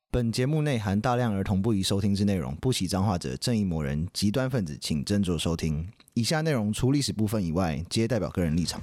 本节目内含大量儿童不宜收听之内容，不喜脏话者、正义魔人、极端分子，请斟酌收听。以下内容除历史部分以外，皆代表个人立场。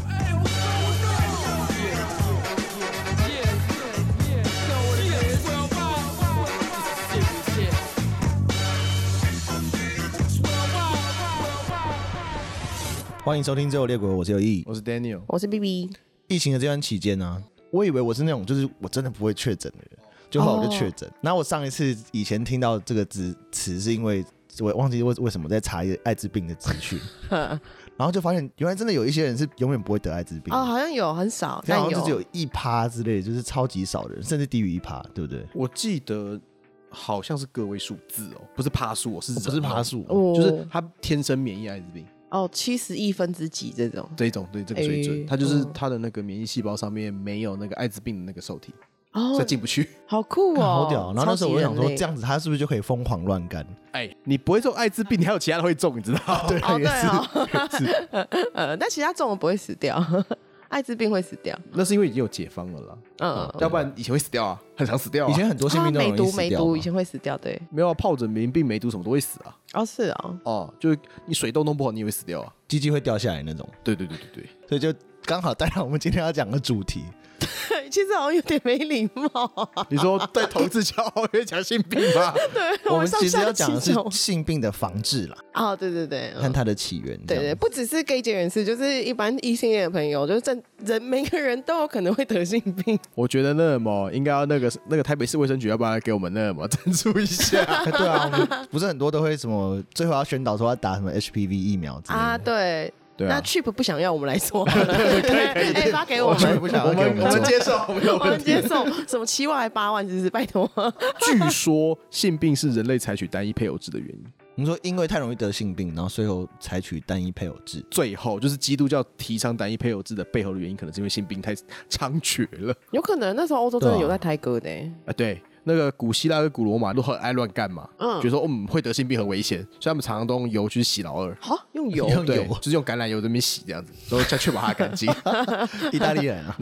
欢迎收听《最后列国》，我是有意， 我是 Daniel， 我是 BB。 疫情的这段期间呢，我以为我是那种就是我真的不会确诊的人，就后来我就确诊。然后我上一次以前听到这个词是因为我忘记为什么在查一个艾滋病的资讯，然后就发现原来真的有一些人是永远不会得艾滋病哦，好像有很少，但好像就只有1%之类的，就是超级少的人，甚至低于1%，对不对？ 我记得好像是个位数字哦，不是趴数哦，是不是趴数， 就是他天生免疫艾滋病。 哦，70亿分之几这种对这个水准，他就是他的那个免疫细胞上面没有那个艾滋病的那个受体，所以进不去。 好酷哦， 好屌！然后那时候我就想说，这样子他是不是就可以疯狂乱干？ 哎，你不会中艾滋病，你还有其他的会中，你知道？ 对， 哦， 对哦，但其他中了不会死掉。艾滋病会死掉， 那是因为已经有解放了啦。要不然以前会死掉啊，很常死掉啊。 以前很多性病都容易死掉。 梅毒以前会死掉，对。 没有啊，疱疹、淋病、梅毒什么都会死啊。 哦，是哦。 哦，就是你水痘弄不好，你也会死掉啊， 鸡鸡会掉下来那种。 对， 所以就刚好带上我们今天要讲的主题。 其实好像有点没礼貌。 你说在同志交往会讲性病吗？ 对， 我们其实要讲的是性病的防治啦。 哦，对， 看它的起源。 对，不只是 gay 界人士，就是一般异性恋的朋友，就是每个人都有可能会得性病。 我觉得那么应该要那个台北市卫生局要不要给我们那么赞助一下？ 对啊，我们不是很多都会什么最后要宣导说要打什么 HPV 疫苗之类的啊，对。那 Chip 不想要，我们来做。 可以， 发给我们。 我们接受， 我们接受。什么7万还8万，是不是？拜托。 据说性病是人类采取单一配偶制的原因。 你说因为太容易得性病，然后最后采取单一配偶制， 最后就是基督教提倡单一配偶制的背后的原因，可能是因为性病太猖獗了。 有可能那时候欧洲真的有在胎割的。 对。那个古希腊跟古罗马都很爱乱干嘛，觉得说会得性病很危险，所以他们常常都用油去洗老二。 好，用油， 对，就是用橄榄油这边洗这样子，然后再确保它干净。 意大利人啊，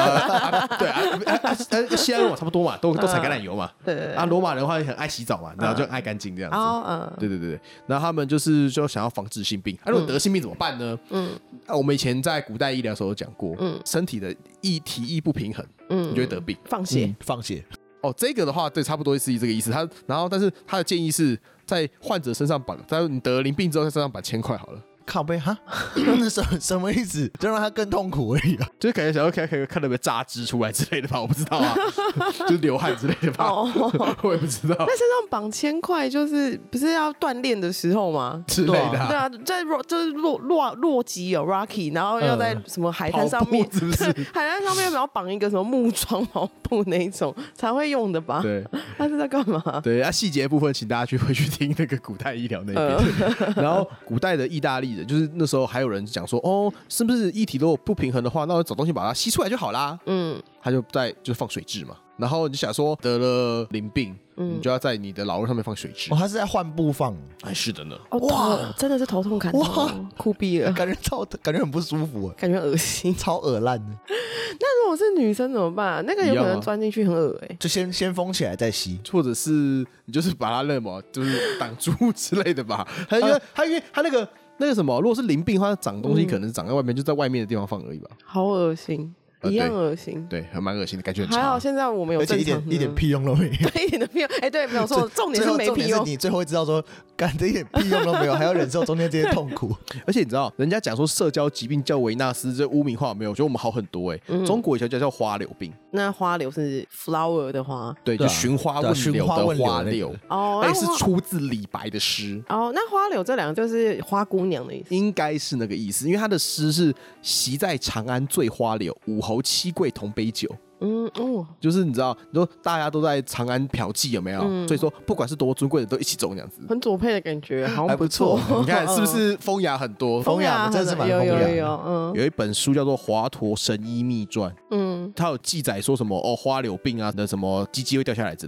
对西安罗马差不多嘛，都采橄榄油嘛。 对啊，罗马人的话很爱洗澡嘛，然后就很爱干净这样子。对，然后他们就想要防治性病。如果得性病怎么办呢？我们以前在古代医疗的时候有讲过，身体的体液不平衡，你就会得病， 放血。 哦，这个的话，对，差不多是这个意思。但是他的建议是在患者身上绑，在你得了淋病之后，在身上绑1000块好了。 靠背哈，那什么意思？就让他更痛苦而已啊！ 就是感觉想要看到没榨汁出来之类的吧，我不知道啊，就是流汗之类的吧，我也不知道。 那身上绑1000块，就是不是要锻炼的时候吗？ 之类的。 对啊，在就是洛基有 Rocky， 然后要在什么海滩上面， 是不是？ 海滩上面要绑一个什么木桩毛布那一种才会用的吧？ 对， 他是在干嘛？ 对啊，细节部分请大家回去听那个古代医疗那边。然后古代的意大利。就是那时候还有人讲说，是不是液体如果不平衡的话，那我找东西把它吸出来就好啦。他就放水蛭嘛。然后你想说得了淋病，你就要在你的老二上面放水蛭。 他是在换布放。 哎，是的呢。 哇，真的是头痛砍头，酷毙了， 感觉很不舒服， 感觉恶心， 超恶烂的。 那如果是女生怎么办？那个有可能钻进去很恶就先封起来再吸， 或者是你就是把它就是挡住之类的吧。因为他那个什么，如果是淋病的话，长东西可能是长在外面，就在外面的地方放而已吧。 好恶心，一样恶心。 对，还蛮恶心的，感觉很差。 还好现在我们有正常的， 一点屁用都没有， 一点的屁用。对，没有错，重点是没屁用。 你最后会知道说，干这一点屁用都没有，还要忍受中间这些痛苦。 而且你知道，人家讲说社交疾病叫维纳斯，这污名化没有？我觉得我们好很多中国以前叫花柳病。 那花柳是 flower 的花， 对，就寻花问柳的花柳。是出自李白的诗。 那花柳这两个就是花姑娘的意思， 应该是那个意思，因为他的诗是习在长安醉花柳，武侯七贵同杯酒。就是你知道，你说大家都在长安嫖妓，有没有？所以说不管是多尊贵的都一起走这样子， 很左配的感觉，好像不错。你看是不是风雅很多？ 风雅真是蛮风雅。 有一本书叫做《华佗神医秘传》，它有记载说什么花柳病啊的什么鸡鸡会掉下来之类的。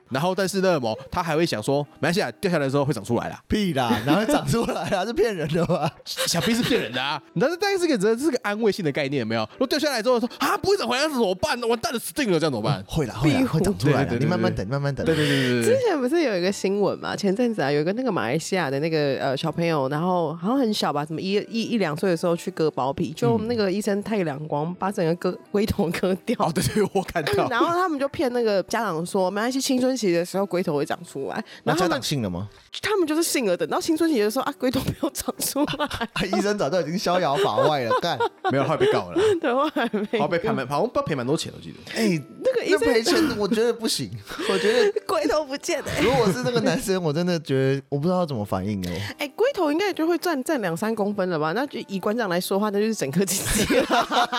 然后但是呢，他还会想说，没关系啊，掉下来之后会长出来啦。 屁啦，哪会长出来啊？是骗人的吧？ 想必是骗人的啊！但是大概是个安慰性的概念，有没有？如果掉下来之后说啊不会长回来，怎么办？完蛋了，死定了，这样怎么办？ 会啦，会长出来的，你慢慢等，慢慢等。 对。 之前不是有一个新闻嘛？前阵子啊，有一个那个马来西亚的那个小朋友，然后好像很小吧，什么一两岁的时候去割包皮，就那个医生太阳光把整个龟头割掉。 哦，对，我看到。 然后他们就骗那个家长说，没关系，青春期的时候龟头会长出来。然后家长信了吗？ 他们就是信了，等到青春期的时候啊，龟头没有长出来。 医生早就已经逍遥法外了，干没有，后来被告了。 对，后来被赔好像赔蛮多钱，我记得。 那个医生赔钱，我觉得不行。我觉得龟头不见了。 如果是那个男生，我真的觉得我不知道怎么反应龟头应该就会占2-3公分了吧？那就以馆长来说的话，那就是整颗鸡鸡了。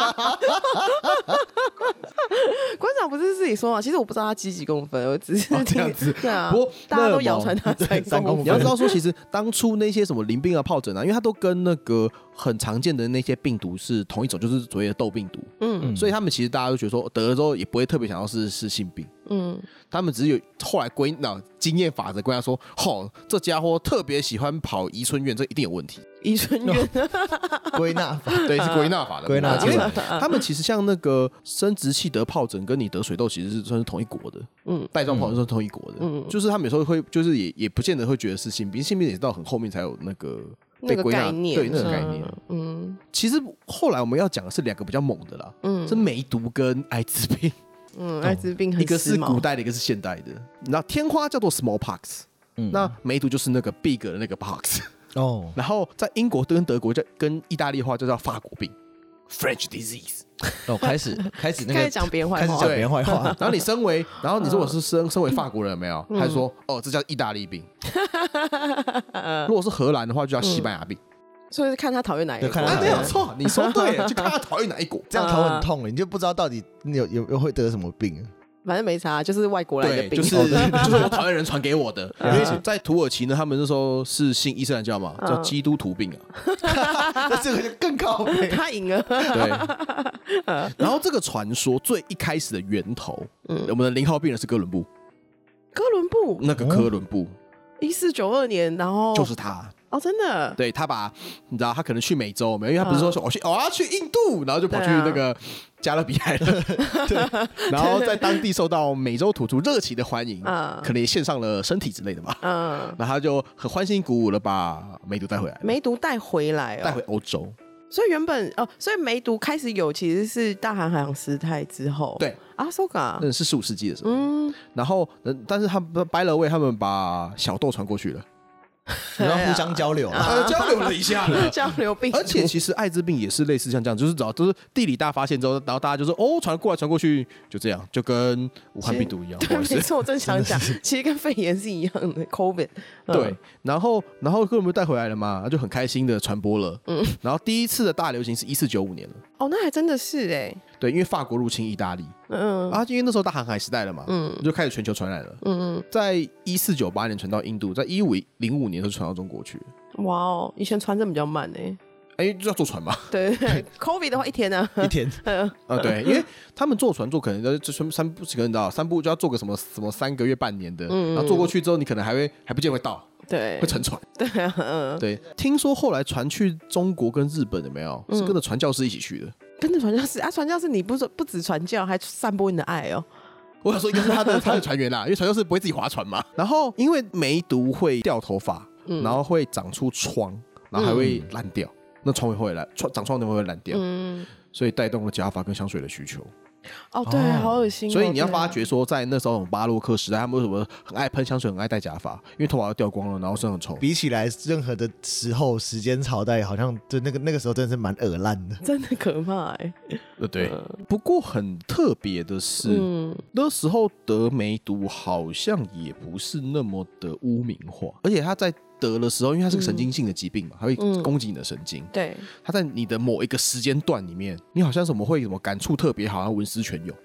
馆长不是自己说嘛？其实我不知道他鸡几公分，我只是这样子。 对啊， 不过大家都谣传他3公分。 你要知道说，其实当初那些什么淋病啊、疱疹啊，因为它都跟那个很常见的那些病毒是同一种，就是所谓的痘病毒。所以他们其实大家都觉得说得了之后也不会特别想要是性病。他们只是有后来经验法则归纳说，这家伙特别喜欢跑宜春院，这一定有问题。 宜春院归纳法， 对，是归纳法的。 归纳出来， 因为他们其实像那个生殖器得疱疹跟你得水痘其实是算是同一国的。带状疱疹是同一国的。就是他们有时候会就是也不见得会觉得是性病，性病也是到很后面才有那个被归纳，对那个概念。其实后来我们要讲的是2个比较猛的啦，是梅毒跟艾滋病。 艾滋病很一个是古代的，一个是现代的。那天花叫做 smallpox，那梅毒就是那个 big 的那个 pox。然后在英国跟德国跟意大利的话就叫法国病 French disease。 开始开始讲别人坏话， 然后你然后你说我是身为法国人有没有？他说这叫意大利病。如果是荷兰的话就叫西班牙病。 所以是看他讨厌哪一个， 没有错，你说对了，就看他讨厌哪一国， 这样头很痛了，你就不知道到底你有会得什么病。 反正没差，就是外国来的病， 就是我讨厌人传给我的。因为在土耳其呢，他们那时候是信伊斯兰教嘛，叫基督徒病啊。 那这个就更靠北， 他赢了。 对。然后这个传说最一开始的源头，我们的0号病人是哥伦布。 哥伦布， 那个哥伦布 ，1492年，然后就是他。 真的， 对，他你知道他可能去美洲没有，因为他不是说我要去印度，然后就跑去那个加勒比海了。对，然后在当地受到美洲土著热情的欢迎，可能也献上了身体之类的吧。然后他就很欢欣鼓舞的把梅毒带回来， 带回欧洲。 所以原本所以梅毒开始有其实是大航海时代之后。 对啊，so ga， 那是15世纪的时候。然后但是他们by the way，他们把小豆传过去了。 然后互相交流交流了一下交流病。 而且其实艾滋病也是类似像这样，就是都是地理大发现之后，然后大家就说传过来传过去，就这样，就跟武汉病毒一样。 对，没错，我正想讲，其实跟肺炎是一样的 ，COVID。 对，然后哥伦布带回来了嘛，就很开心的传播了。然后第一次的大流行是1495年了。 那还真的是对，因为法国入侵意大利，因为那时候大航海时代了嘛，就开始全球传染了。在1498年传到印度，在1505年就传到中国去。 哇哦，以前传真比较慢就要坐船嘛。 对，COVID 的话1天呢 ，1天。 对，因为他们坐船可能就3步，可能到3步就要坐个什么3个月半年的，然后坐过去之后，你可能还不见会到。 对， 会沉船。 对啊， 对，听说后来传去中国跟日本有没有？是跟着传教士一起去的。 跟着传教士传教士你不只传教，还散播你的爱我想说应该是他的船员啦，因为传教士不会自己划船嘛。然后因为梅毒会掉头发，然后会长出疮，然后还会烂掉，那疮会长疮的会烂掉，所以带动了假发跟香水的需求。 对，好恶心。 所以你要发觉说，在那时候巴洛克时代，他们为什么很爱喷香水，很爱戴假发？因为头发都掉光了，然后身上很臭。 比起来，任何的时间朝代，好像就那个时候真的是蛮恶烂的， 真的可怕对。不过很特别的是，那时候得梅毒好像也不是那么的污名化，而且他在得的时候，因为它是个神经性的疾病嘛，它会攻击你的神经。 对， 它在你的某一个时间段里面，你好像会感触特别好，像文思泉涌。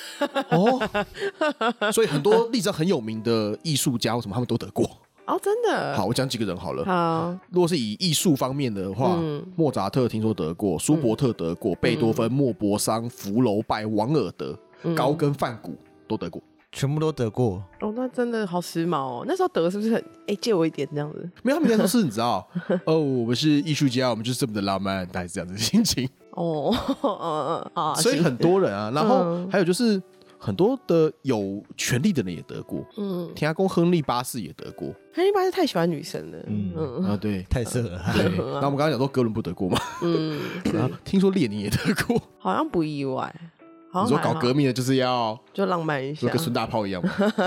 所以很多历史上很有名的艺术家，什么他们都得过。 真的。 好，我讲几个人好了。 好， 如果是以艺术方面的话，莫扎特听说得过，舒伯特得过，贝多芬、莫泊桑、福楼拜、王尔德、高更、梵谷都得过。 全部都得过。 哦，那真的好时髦哦。那时候得是不是很借我一点这样子？ 没有，他们那时候是你知道我们是艺术家，我们就是这么的浪漫，大概是这样子的心情。所以很多人啊，然后还有就是很多的有权力的人也得过，田阿公亨利八世也得过。 亨利八世太喜欢女生了， 对， 太色了。 对，然后我们刚刚讲说哥伦布得过嘛，然后听说列宁也得过， 好像不意外。 你说搞革命的就是要就浪漫一下， 跟孙大炮一样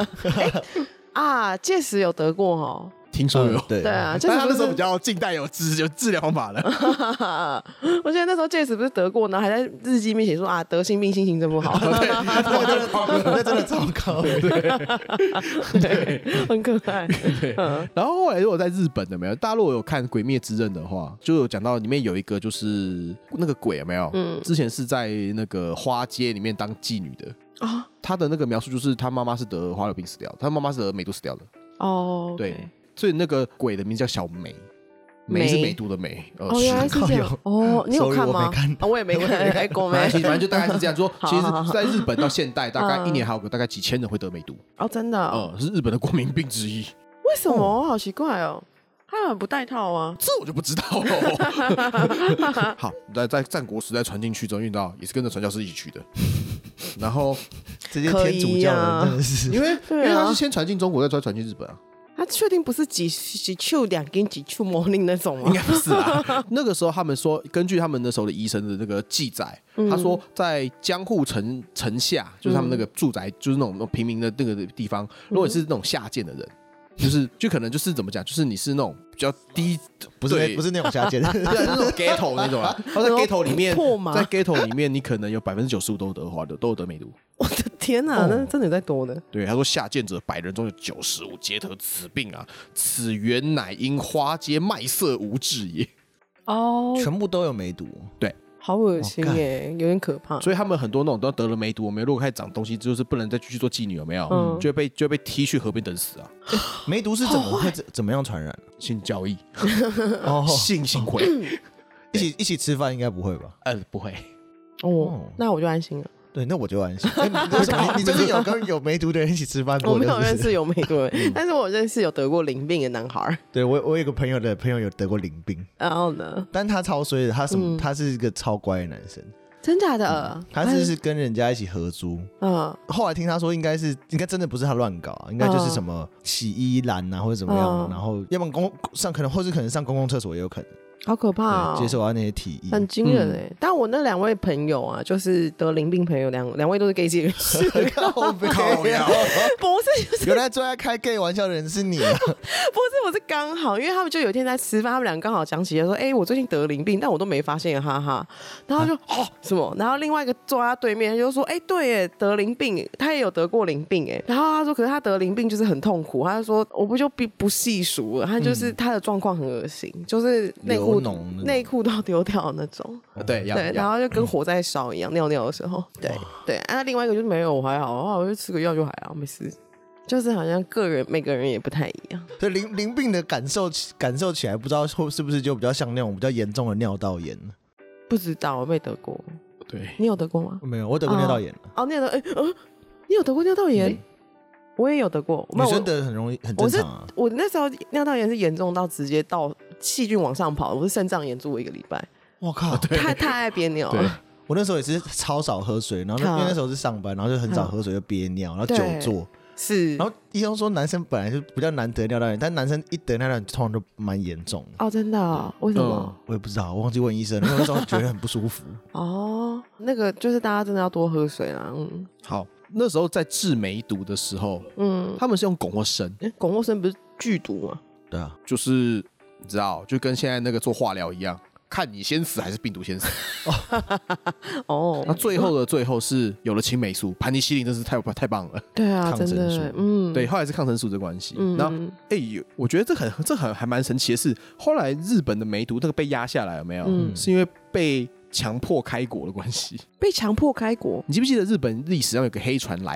戒石有得过哦。 听说有， 对啊， 但他那时候比较近代有治疗方法了。 我记得那时候戒石不是得过，然后还在日记面写说得心病，心情真不好。 对，那真的糟糕， 对，很可爱。 然后后来如果在日本的没有，大家如果有看《鬼灭之刃》的话，就有讲到里面有一个就是那个鬼有没有？之前是在那个花街里面当妓女的啊。他的那个描述就是他妈妈是得花柳病死掉，他妈妈是得梅毒死掉的。 哦， 对。所以那个鬼的名字叫小梅，梅是梅毒的梅。 原来是这样。你有看吗？我也没看。 反正就大概是这样说。其实，在日本到现代，大概一年还有个大概几千人会得梅毒。 真的。 是日本的国民病之一。 为什么？好奇怪哦。他们不带套啊？ 这我就不知道了。好，在战国时代传进去之后，遇到也是跟着传教士一起去的。然后这些天主教人真的是， 因为他是先传进中国，再传进日本啊。 他确定不是几处两根几处魔令那种吗？ 应该不是啊。那个时候他们说，根据他们那时候的医生的那个记载，他说在江户城下，就是他们那个住宅，就是那种平民的那个地方，如果你是那种下贱的人，就可能就是怎么讲，就是你是那种比较低， 不是那种下贱， 是那种 ghetto 那种啦。然后在 ghetto 里面，在 ghetto 里面，你可能有95%都有得梅毒。 我的天哪，那真的有在多的。 对，他说下贱者100人中有95皆得此病啊，此原乃因花街卖色无治也。 全部都有梅毒。 对。 好恶心耶，有点可怕。 所以他们很多那种都得了梅毒，如果开始长东西，就是不能再继续做妓女，有没有？就会被踢去河边等死啊！ 梅毒是怎么样传染？ 性交易，性行为， 一起吃饭应该不会吧？ 不会。 那我就安心了。 对，那我就安心。你就是跟有梅毒的人一起吃饭过？ 我没有认识有梅毒的人，但是我认识有得过淋病的男孩。 对，我有个朋友的朋友有得过淋病， 然后呢？ 但他超衰的，他是一个超乖的男生。 真假的？ 他是跟人家一起合租。后来听他说，应该真的不是他乱搞啊，应该就是什么洗衣篮啊或者怎么样，然后要不然可能上公共厕所也有可能。 好可怕哦！ 接受到那些提议， 很惊人哎。但我那2位朋友啊，就是得淋病朋友，两位都是 gay 界人士。 靠呀！ 不是，就是原来最爱开 gay 玩笑的人是你啊！ 不是，我是刚好，因为他们就有一天在吃饭，他们两个刚好讲起说，我最近得淋病，但我都没发现，哈哈。然后就什么？然后另外一个坐在他对面，他就说，对耶，得淋病，他也有得过淋病哎。然后他说，可是他得淋病就是很痛苦，他就说，我不就不细数了，他就是他的状况很恶心，就是内裤都要丢掉那种， 对， 然后就跟火在烧一样，尿尿的时候，对。那另外一个就是没有，我还好，我就吃个药就还好，没事。就是好像每个人也不太一样。 所以淋病的感受起来，不知道是不是就比较像那种比较严重的尿道炎？ 不知道，我没得过。 对， 你有得过吗？ 没有，我得过尿道炎了。 你有得？你有得过尿道炎？我也有得过。 女生得很容易，很正常啊。 我那时候尿道炎是严重到直接到细菌往上跑，我是肾脏炎住我1个礼拜。 我靠， 太爱憋尿了。 我那时候也是超少喝水，然后因为那时候是上班，然后就很少喝水就憋尿，然后久坐。 是， 然后医生说男生本来就比较难得尿道炎，但男生一得尿道炎通常都蛮严重的。 真的？为什么？ 我也不知道，我忘记问医生，因为那时候觉得很不舒服。 那个就是大家真的要多喝水啦。 好，那时候在治梅毒的时候，他们是用汞或砷。 汞或砷不是剧毒吗？ 对啊， 就是你知道，就跟现在那个做化疗一样。看你先死还是病毒先死？那最后是有了青霉素，盘尼西林真是太棒了。 对啊，真的， 对，后来是抗生素这关系。然后，我觉得这还蛮神奇的是，后来日本的梅毒那个被压下来有没有？是因为被强迫开国的关系。 被强迫开国？ 你记不记得日本历史上有个黑船来航？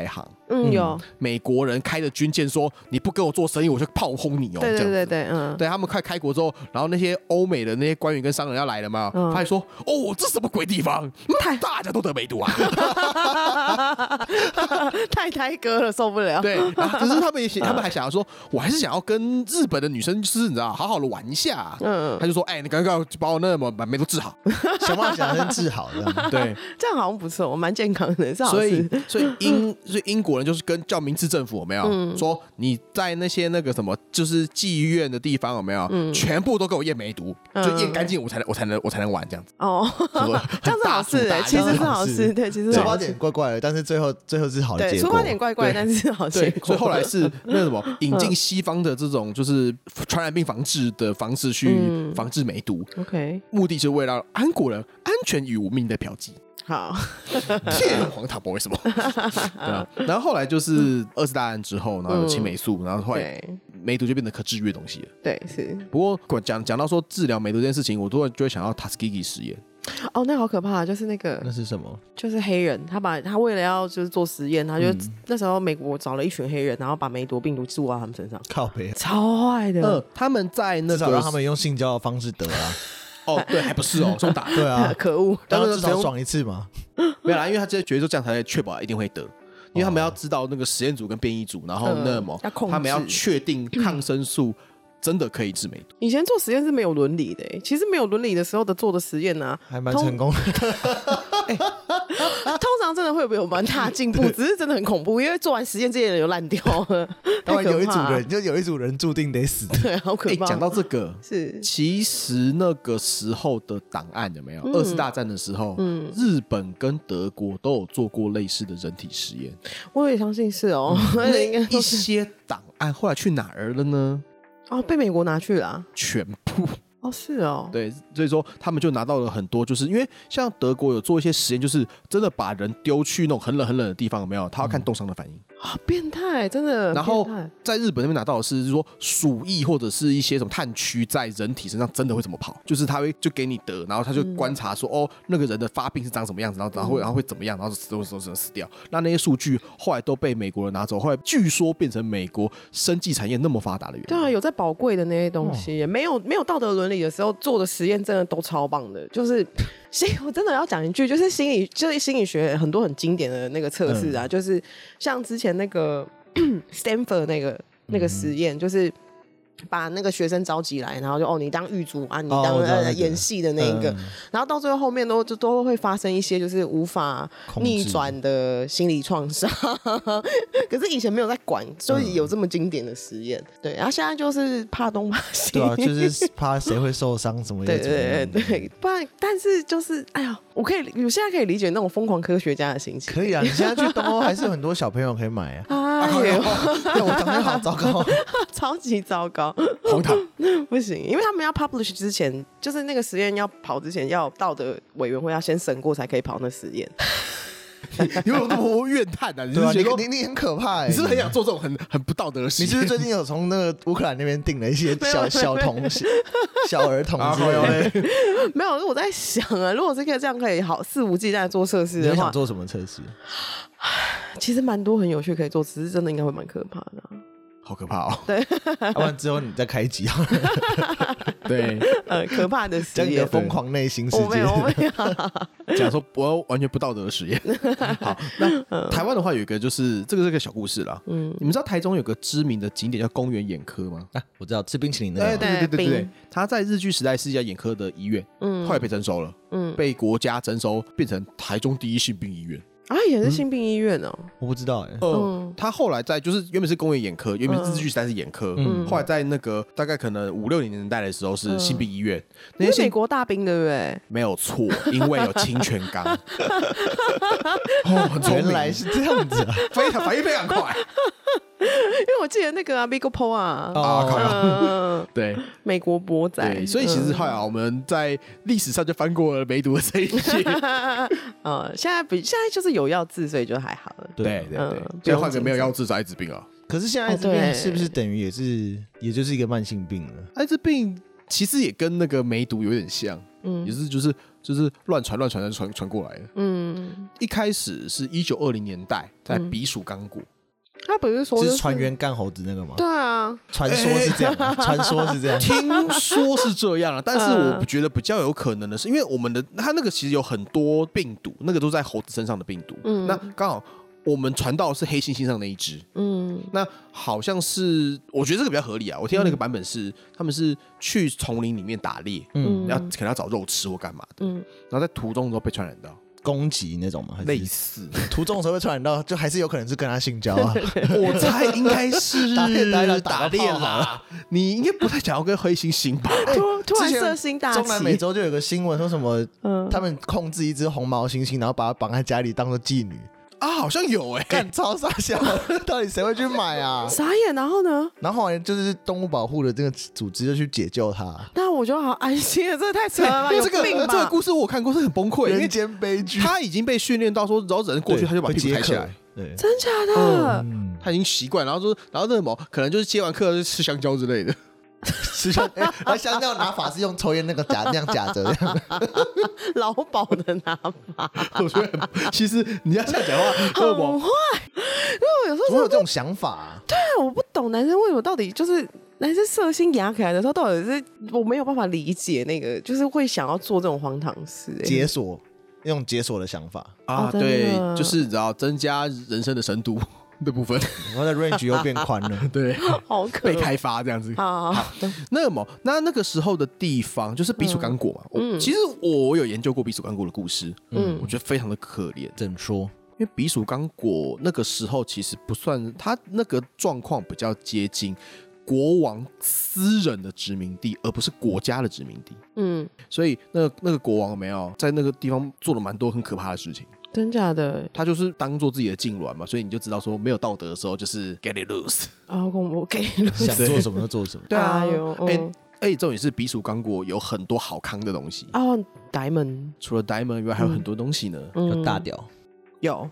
有美国人开的军舰说你不跟我做生意，我就炮轰你哦。 对对对对， 对他们快开国之后，然后那些欧美的那些官员跟商人要来了嘛，他还说哦，这什么鬼地方，大家都得梅毒啊， 太胎哥了，受不了。 对，可是他们还想要说，我还是想要跟日本的女生就是你知道好好的玩一下。他就说，你刚刚把我那么把梅毒治好， 想办法想要治好这样。 对，这样好像不错，蛮健康的，是好事。 所以英国人就是跟叫明治政府有没有说你在那些那个什么就是妓院的地方有没有全部都给我验梅毒，就验干净我才能玩这样子。 哦，这样是好事，其实是好事，对，其实出发点怪怪的，但是最后是好的结果。 出发点怪怪，但是是好结果。 所以后来是那什么引进西方的这种就是传染病防治的方式去防治梅毒。 OK， 目的是为了安国人安全与无命的嫖妓。 好， 天荒唐不为什么？对啊，然后后来就是二次大战之后，然后有青霉素，然后后来梅毒就变成可治愈的东西了。 对，是。 不过讲到说治疗梅毒这件事情，我突然就会想到 Tuskegee 实验。 哦，那好可怕，就是那是什么？ 就是黑人，他为了要就是做实验，他就那时候美国找了一群黑人，然后把梅毒病毒注到他们身上， 靠北， 超坏的。 他们在那个至少让他们用性交的方式得啊。 哦，对，还不是哦，送打。 对啊， 可恶， 但是至少爽一次嘛。 没有啦，因为他觉得说这样才会确保一定会得。因为他们要知道那个实验组跟变异组，然后那么他们要确定抗生素真的可以治梅毒。 以前做实验是没有伦理的，其实没有伦理的时候的做的实验啊， 还蛮成功的。 通常真的会有蛮大进步，只是真的很恐怖，因为做完实验这些人就烂掉了。 当然有一组人注定得死。 对，好可怕。 讲到这个， 是其实那个时候的档案有没有？二次大战的时候，日本跟德国都有做过类似的人体实验。 我也相信是哦。 一些档案后来去哪儿了呢？ 哦，被美国拿去了啊， 全部。 哦，是哦， 对，所以说他们就拿到了很多，就是因为像德国有做一些实验，就是真的把人丢去那种很冷的地方，有没有？他要看冻伤的反应。 啊，变态，真的。 然后在日本那边拿到的是说鼠疫或者是一些什么炭疽在人体身上真的会怎么跑，就是他会就给你得，然后他就观察说哦那个人的发病是长什么样子，然后会怎么样，然后死掉。那些数据后来都被美国人拿走，后来据说变成美国生技产业那么发达的原因。 对啊，有在宝贵的那些东西，没有道德伦理的时候做的实验真的都超棒的，就是我真的要讲一句，就是心理学很多很经典的那个测试啊，就是像之前那个Stanford 那个实验，就是把那个学生召集来，然后就你当狱卒啊，你当演戏的那一个，然后到最后面都会发生一些就是无法逆转的心理创伤。可是以前没有在管，所以有这么经典的实验。对，然后现在就是怕东怕西， 对啊，就是怕谁会受伤什么的。 对，不然但是就是哎呀，我现在可以理解那种疯狂科学家的心情。 可以啊，你现在去东欧还是有很多小朋友可以买啊。 哎呦， 我讲的好糟糕， 超级糟糕。 荒唐不行，因为他们要 publish 之前，就是那个实验要跑之前，要道德委员会要先审过才可以跑那实验。 你有那么怨叹啊？你是觉得你很可怕， 你是不是很想做这种很不道德的事？ 你是不是最近有从那个乌克兰那边订了一些小儿童之类的？ 没有，我在想啊，如果这样可以好肆无忌惮做测试的话， 你想做什么测试？ 其实蛮多很有趣可以做，只是真的应该会蛮可怕的。 好可怕哦！ 对， 要不然之后你再开一集。 对， 可怕的实验， 讲你的疯狂内心世界。 我没有讲说我完全不道德的实验。好，那台湾的话有一个就是这个小故事啦。你们知道台中有个知名的景点叫公园眼科吗？ 我知道吃冰淇淋的。 对，他在日据时代是一家眼科的医院，后来被征收了，被国家征收变成台中第一性病医院。 啊，也是性病医院哦， 我不知道他后来在就是原本是公园眼科，原本日据时代是眼科，后来在那个大概可能5、6年代的时候是性病医院。 那是美国大兵对不对？ 没有错，因为有清泉岗。很聪明， 原来是这样子啊， 反应非常快。 因为我记得那个Big Po 对， 美国博仔， 对，所以其实后来我们在历史上就翻过了梅毒的这一切。 现在就是有药治，所以就还好了。 对，现在换个没有药治是艾滋病啊。 可是现在艾滋病是不是等于也就是一个慢性病了？ 艾滋病其实也跟那个梅毒有点像，也是就是乱传过来的。一开始是1920年代在鼻鼠刚果。 他不是说是船员干猴子那个吗？ 对啊， 传说是这样，传说是这样， 听说是这样啊，但是我觉得比较有可能的是，因为它那个其实有很多病毒，那个都在猴子身上的病毒，那刚好我们传到的是黑猩猩上那一只，那好像是我觉得这个比较合理啊。我听到那个版本是他们是去丛林里面打猎，可能要找肉吃或干嘛的，然后在途中的时候被传染到。 攻击那种吗？ 类似途中的时候会传染到，就还是有可能是跟他性交啊。 我猜应该是打猎啦，你应该不太想要跟黑猩猩吧？ 突然色心大起。 中南美洲就有个新闻说什么，他们控制一只红毛猩猩，然后把它绑在家里当做妓女。 啊，好像有干超傻笑，到底谁会去买啊？ 傻眼，然后呢？ 然后后来就是动物保护的这个组织就去解救他。 那我就好安心了，这太扯了吧？有病吧？ 这个故事我看过，是很崩溃， 人间悲剧。 他已经被训练到说，只要人过去，他就把屁股抬起来。 对， 真假的？ 他已经习惯，然后那什么，可能就是接完课就吃香蕉之类的。 吃香，那香蕉拿法是用抽烟那个那样夹着， 劳保的拿法。 我觉得其实你要这样讲的话， 很坏。因为我有时候怎么有这种想法啊？ 对啊，我不懂男生为什么到底就是男生色心压起来的时候，到底是我没有办法理解那个，就是会想要做这种荒唐事， 解锁，用解锁的想法啊，对，就是只要增加人生的深度的部分， 然后的 range 又变宽了， 对， 好可被开发这样子。 好， 那个时候的地方就是避暑刚果嘛。其实我有研究过避暑刚果的故事，我觉得非常的可怜。 怎么说？ 因为避暑刚果那个时候其实不算，他那个状况比较接近国王私人的殖民地，而不是国家的殖民地。所以那个国王没有在那个地方做了蛮多很可怕的事情。 真假的？ 他就是当做自己的痉挛嘛，所以你就知道说没有道德的时候就是 get it loose 啊，我给想做什么就做什么。 对啊，重点是避暑刚果有很多好康的东西哦 ，diamond 除了 diamond 以外还有很多东西呢， 有大屌， 有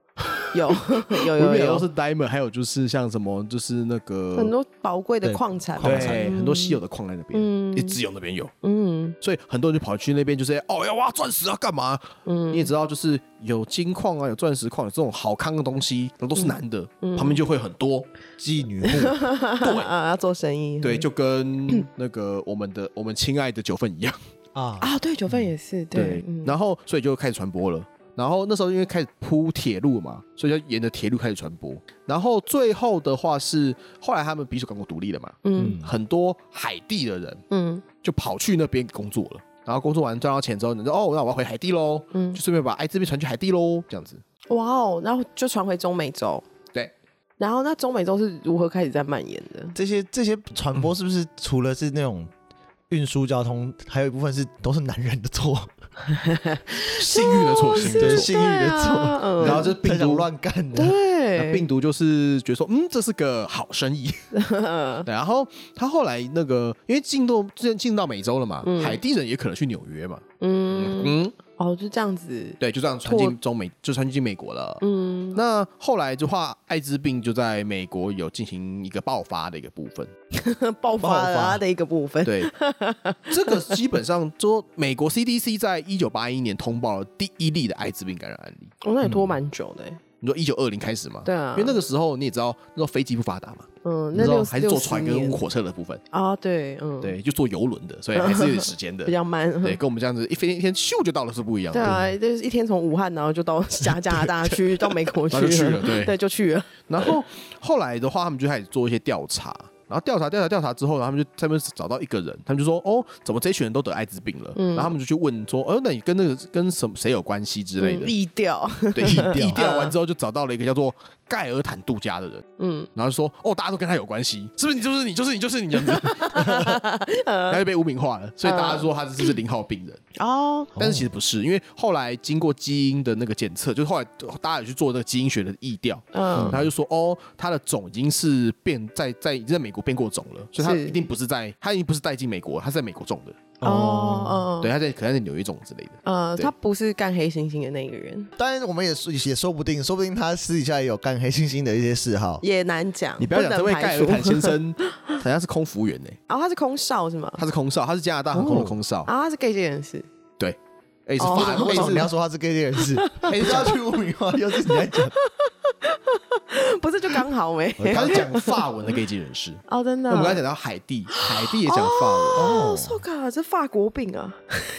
都是 diamond， 还有就是像什么就是那个很多宝贵的矿产， 对，很多稀有的矿在那边，也只有那边有，所以很多人就跑去那边就是要挖钻石啊干嘛？你也知道就是有金矿啊有钻石矿有这种好康的东西，都是男的，旁边就会很多妓女户， 对啊，要做生意， 对，就跟那个我们亲爱的九份一样啊，对，九份也是对， 然后所以就开始传播了。然后那时候因为开始铺铁路嘛，所以就沿着铁路开始传播。然后最后的话是，后来他们避暑刚果独立了嘛，很多海地的人，就跑去那边工作了。然后工作完赚到钱之后，你说那我要回海地喽，就顺便把艾滋病传去海地喽，这样子。 哇哦，然后就传回中美洲。 对。 然后那中美洲是如何开始在蔓延的？ 这些传播是不是除了是那种运输交通，还有一部分都是男人的错？ 性欲的错， 对，性欲的错， 然后这病毒乱干的， 对， 病毒就是觉得说，这是个好生意。对，然后他后来那个，因为进到美洲了嘛，海地人也可能去纽约嘛， 就这样子， 对，就这样传进就传进美国了。那后来的话，艾滋病就在美国有进行一个爆发的一个部分， 爆发的一个部分。 对，这个基本上说，美国 CDC 在1981年通报了第一例的艾滋病感染案例。 那也拖蛮久的。 你说1920开始嘛？ 对啊， 因为那个时候你也知道，那时候飞机不发达嘛。 那时候还是坐船跟火车的部分啊，对， 对，就坐邮轮的，所以还是有点时间的， 比较慢。 对，跟我们这样子一天咻就到了是不一样的。 对啊，就是一天从武汉然后就到加拿大去，到美国去了，对，就去了。 然后后来的话，他们就开始做一些调查。然后调查之后，他们就在那边找到一个人，他们就说怎么这一群人都得艾滋病了？然后他们就去问说，那你跟谁有关系之类的？ 疫调， 对，疫调完之后就找到了一个叫做盖尔坦度假的人，然后就说大家都跟他有关系，是不是？你就是你这样子，他就被污名化了，所以大家说他是0号病人但是其实不是，因为后来经过基因的那个检测，就是后来大家有去做那个基因学的疫调，他就说他的种已经是已经在美国变过种了，所以他一定不是他已经不是带进美国，他是在美国种的。对，他可能在纽约种之类的。 他不是干黑猩猩的那个人。 当然，我们也说不定他私底下也有干黑猩猩的一些嗜好， 也难讲。 你不要讲，这位盖尔坦先生好像是空服员呢。 他是空少是吗？ 他是空少，他是加拿大航空的空少。 他是 gay 界人士。 对， 为什么你要说他是 gay 界人士？你是要去污名化，又是你在讲。 不是就刚好没？ 他是讲法文的 gay 界人士哦，真的。 我们刚才讲到海地，海地也讲法文哦，so god，这法国病啊！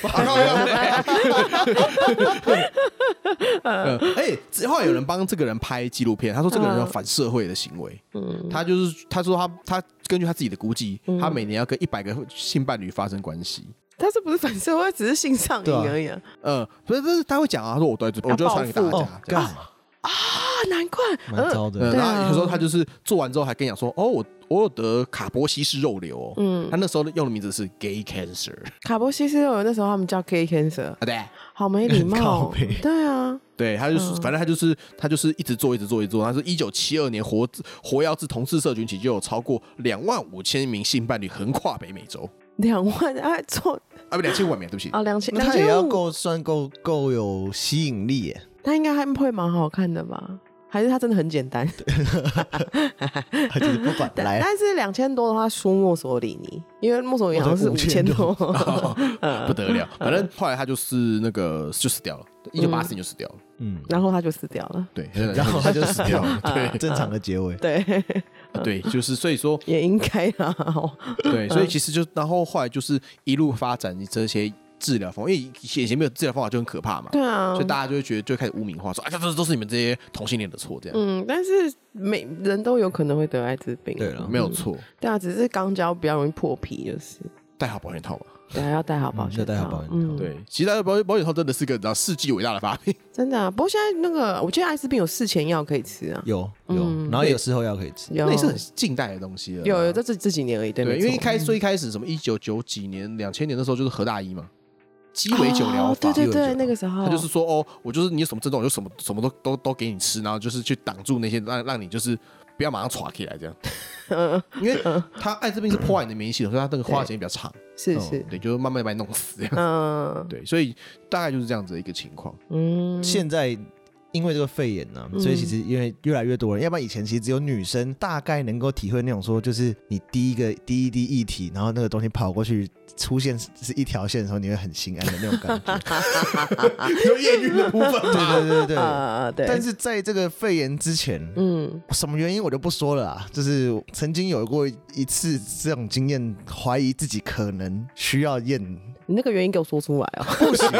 后来有人帮这个人拍纪录片，他说这个人有反社会的行为。他说他根据他自己的估计，他每年要跟100个性伴侣发生关系。 他这不是反社会，只是性上瘾而已。 不是，但是他会讲啊，他说我就传给大家， 干啊，难怪， 蛮糟的。 然后有时候他就是做完之后还跟你讲说，我有得卡波西氏肉瘤他那时候用的名字是 gay cancer。 卡波西氏肉瘤那时候他们叫 gay cancer， 对， 好没礼貌。对啊， 对，他就是反正他就是一直做。他是1972年活跃至同志社群起，就有超过25000名性伴侣横跨北美洲。 2万做不，2000万名，对不起啊，2000， 那他也要算够有吸引力耶。 他应该还会蛮好看的吧？还是他真的很简单？ 就是不管来， 但是2000多的话输墨索里尼，因为墨索里尼好像是5000多， 不得了。反正后来他就是就死掉了，1984年就死掉了。 然后他就死掉了。 对，然后他就死掉了。对， 正常的结尾。 对，就是所以说也应该啦。 对，所以其实然后后来就是一路发展这些治疗方法，因为以前没有治疗方法就很可怕嘛。 对啊， 所以大家就会觉得就开始污名化，说这都是你们这些同性恋的错，这样。 但是每人都有可能会得艾滋病。 对了，没有错。 对啊，只是肛交比较容易破皮，就是戴好保险套嘛。 对啊，要戴好保险套。 要戴好保险套。 对，其实保险套真的是个世纪伟大的发明。 真的啊，不过现在那个我记得艾滋病有事前药可以吃啊。 有，然后也有事后药可以吃。 那也是很近代的东西了。 有这几年而已。对， 因为最一开始什么1990几年、2000年的时候就是何大一嘛。鸡尾酒疗法， 对，那个时候他就是说我就是你有什么症状，我就什么都给你吃，然后就是去挡住那些让你就是不要马上喘起来这样。因为他艾滋病是破坏你的免疫系统，所以他那个花的时间比较长， 是， 对，就是慢慢把你弄死这样。对，所以大概就是这样子的一个情况。 现在因为这个肺炎呢，所以其实因为越来越多人，要不然以前其实只有女生大概能够体会那种说，就是你第一滴液体，然后那个东西跑过去出现是一条线的时候，你会很心安的那种感觉。 有艳遇的部分， 对。但是在这个肺炎之前，什么原因我就不说了啊，就是曾经有过一次这种经验，怀疑自己可能需要验。 你那个原因给我说出来哦。 不行。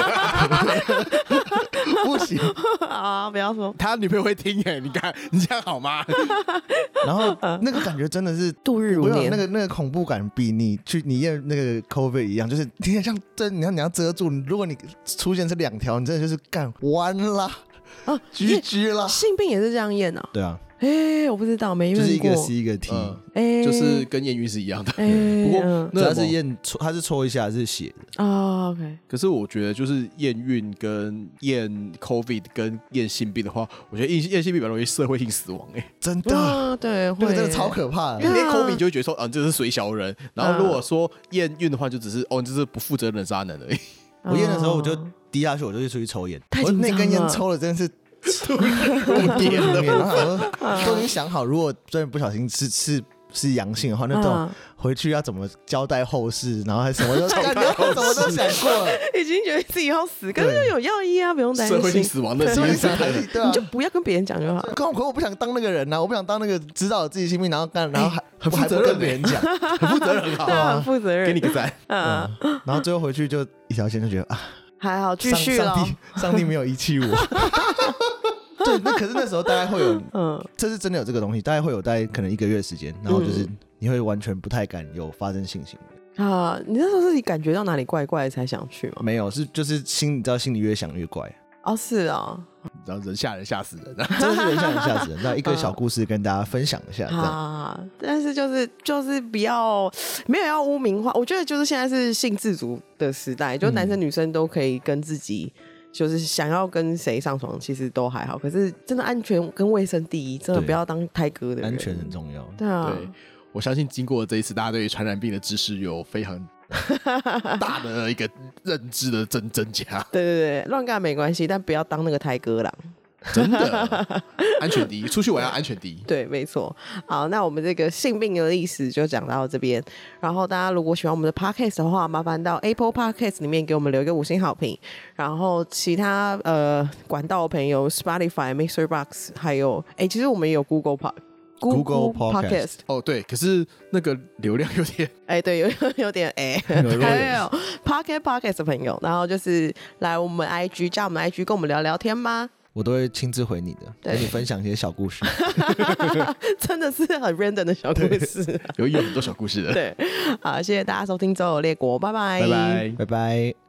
不行啊！不要说， 他女朋友会听哎，你看你这样好吗？ 然后那个感觉真的是度日如年， 那个恐怖感比你验那个 COVID 一样，就是听起来像你要遮住，如果你出现这2条，你真的就是干完了啊，GG 了。 性病也是这样验啊？ 对啊。 我不知道，没验过。 就是一个 C 一个 T， 就是跟验孕是一样的。不过那是他是戳一下是血的。 OK。 可是我觉得就是验孕跟验 COVID 跟验性病的话，我觉得验性病比较容易社会性死亡真的。 对， 那个真的超可怕的。 因为连 COVID 就会觉得说，这是水小人。然后如果说验孕的话，就只是你这是不负责任的渣男而已。 我验的时候我就滴下去，我就去出去抽烟。我那根烟抽了真的是。 我点了， 然后都已经想好，如果真的不小心是阳性的话，那种回去要怎么交代后事，然后还什么都什么都想过了， 已经觉得自己要死，可是有药医啊，不用担心。 社会性死亡的基因， 你就不要跟别人讲就好。 可我不想当那个人啊，我不想当那个知道自己性命，然后还很负责任跟别人讲，很负责任， 很负责任， 给你个赞。 然后最后回去就一条线，就觉得还好继续了， 上帝没有遗弃我。对，可是那时候大概会有，这是真的有这个东西，大概会有可能1个月时间，然后就是你会完全不太敢有发生性行为啊。你那时候是你感觉到哪里怪怪的才想去吗？ 没有，就是你知道心里越想越怪。 是啊， 然后人吓人吓死人， 真的是人吓人吓死人。那一个小故事跟大家分享一下， 但是就是不要没有要污名化，我觉得就是现在是性自主的时代，就男生女生都可以跟自己。就是想要跟谁上床，其实都还好。可是真的安全跟卫生第一，真的不要当胎哥的人。 安全很重要。 对啊， 对，我相信经过这一次，大家对于传染病的知识有非常大的一个认知的增加。 对，乱干没关系，但不要当那个胎哥郎。 真的安全第一，出去玩要安全第一。 对，没错。好，那我们这个性病的历史就讲到这边。然后大家如果喜欢我们的 podcast 的话，麻烦到 Apple Podcast 里面给我们留一个5星好评。然后其他管道的朋友 Spotify、Mixer Box， 还有其实我们也有 Google Podcast。 哦，对，可是那个流量有点对，有点还有 Podcast 的朋友，然后就是来我们 IG 加我们 IG 跟我们聊聊天吗？ 我都会亲自回你的，跟你分享一些小故事。 真的是很 random 的小故事， 有很多小故事的。 对，好，谢谢大家收听《周游列国》，拜拜， 拜拜， 拜拜。